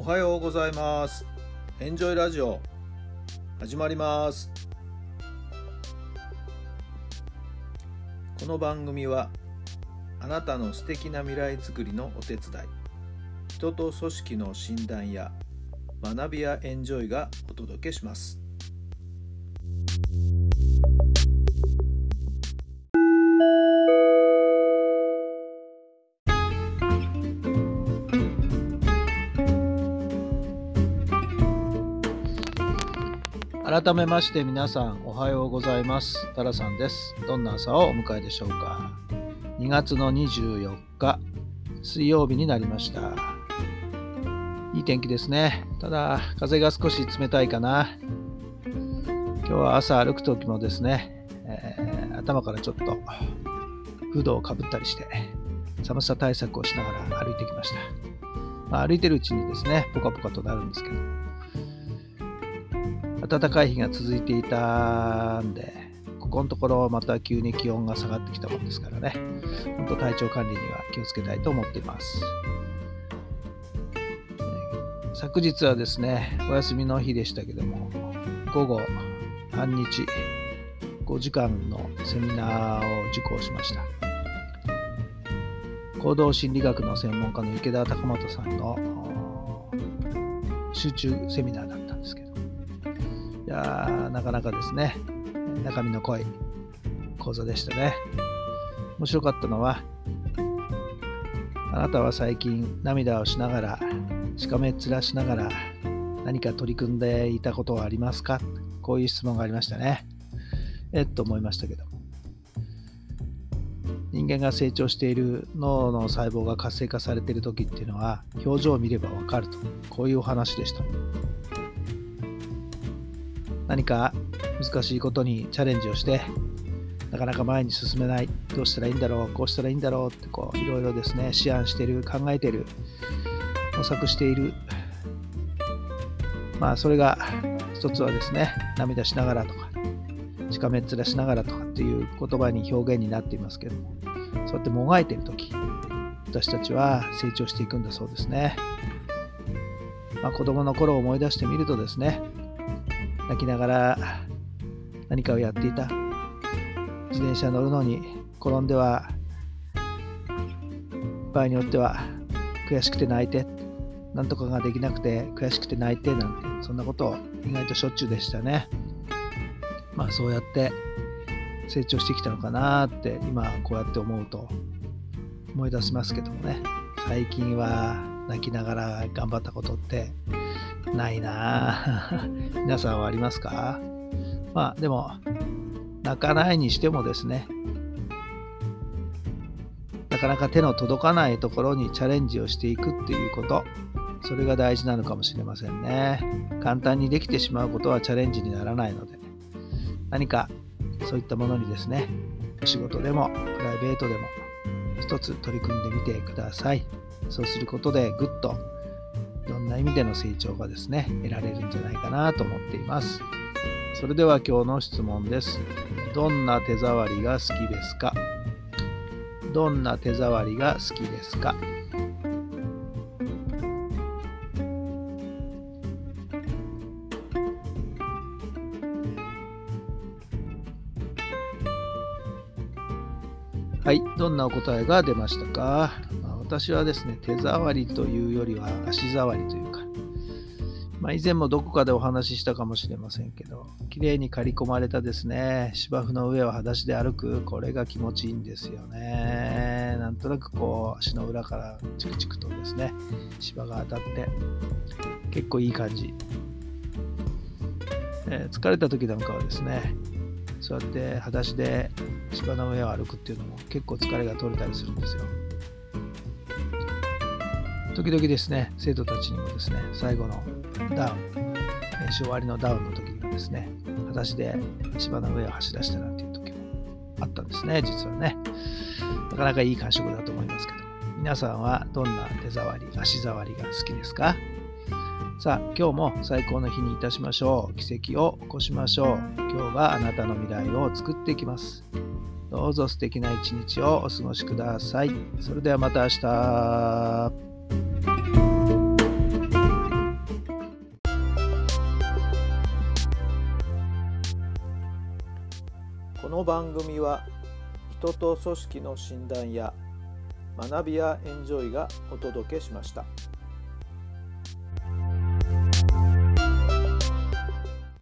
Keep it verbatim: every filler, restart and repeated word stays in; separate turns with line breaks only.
おはようございます。エンジョイラジオ始まります。この番組はあなたの素敵な未来づくりのお手伝い、人と組織の診断や学びやエンジョイがお届けします。改めまして皆さんおはようございます。タラさんです。どんな朝をお迎えでしょうか。にがつのにじゅうよっか水曜日になりました。いい天気ですね。ただ風が少し冷たいかな。今日は朝歩く時もですね、えー、頭からちょっとフードをかぶったりして寒さ対策をしながら歩いてきました。まあ、歩いてるうちにですねポカポカとなるんですけど、暖かい日が続いていたんで、ここのところまた急に気温が下がってきたもんですからね、本当体調管理には気をつけたいと思っています。昨日はですねお休みの日でしたけども、午後半日ごじかんのセミナーを受講しました。行動心理学の専門家の池田隆本さんの集中セミナーだったんですけど、いやーなかなかですね中身の濃い講座でしたね。面白かったのは、あなたは最近涙をしながらしかめっ面しながら何か取り組んでいたことはありますか、こういう質問がありましたね。えっと思いましたけども、人間が成長している脳の細胞が活性化されている時っていうのは表情を見ればわかると、こういうお話でした。何か難しいことにチャレンジをしてなかなか前に進めない、どうしたらいいんだろう、こうしたらいいんだろうってこういろいろですね思案している、考えている、模索している。まあそれが一つはですね、涙しながらとかしかめっ面しながらとかっていう言葉に表現になっていますけども、そうやってもがいているとき、私たちは成長していくんだそうですね。まあ、子供の頃を思い出してみるとですね、泣きながら何かをやっていた、自転車乗るのに転んでは、場合によっては悔しくて泣いて、なんとかができなくて悔しくて泣いてなんて、そんなこと意外としょっちゅうでしたね。まあそうやって成長してきたのかなって今こうやって思うと思い出しますけどもね。最近は泣きながら頑張ったことってないな皆さんはありますか？まあでも泣かないにしてもですね、なかなか手の届かないところにチャレンジをしていくっていうこと、それが大事なのかもしれませんね。簡単にできてしまうことはチャレンジにならないので、何かそういったものにですね、お仕事でもプライベートでも一つ取り組んでみてください。そうすることでぐっといろんな意味での成長がですね得られるんじゃないかなと思っています。それでは今日の質問です。どんな手触りが好きですか？どんな手触りが好きですか？はい、どんなお答えが出ましたか？まあ、私はですね、手触りというよりは足触りというか、まあ、以前もどこかでお話ししたかもしれませんけど、きれいに刈り込まれたですね、芝生の上を裸足で歩く、これが気持ちいいんですよね。なんとなくこう足の裏からチクチクとですね、芝が当たって結構いい感じ。えー、疲れた時なんかはですね、そうやって裸足で芝の上を歩くっていうのも結構疲れが取れたりするんですよ。時々ですね、生徒たちにもですね、最後のダウン、練習終わりのダウンの時にはですね、裸足で芝の上を走らせたなんていう時もあったんですね、実はね。なかなかいい感触だと思いますけど、皆さんはどんな手触り、足触りが好きですか？さあ、今日も最高の日にいたしましょう。奇跡を起こしましょう。今日があなたの未来を作っていきます。どうぞ素敵な一日をお過ごしください。それではまた明日。
この番組は人と組織の診断や学びやエンジョイがお届けしました。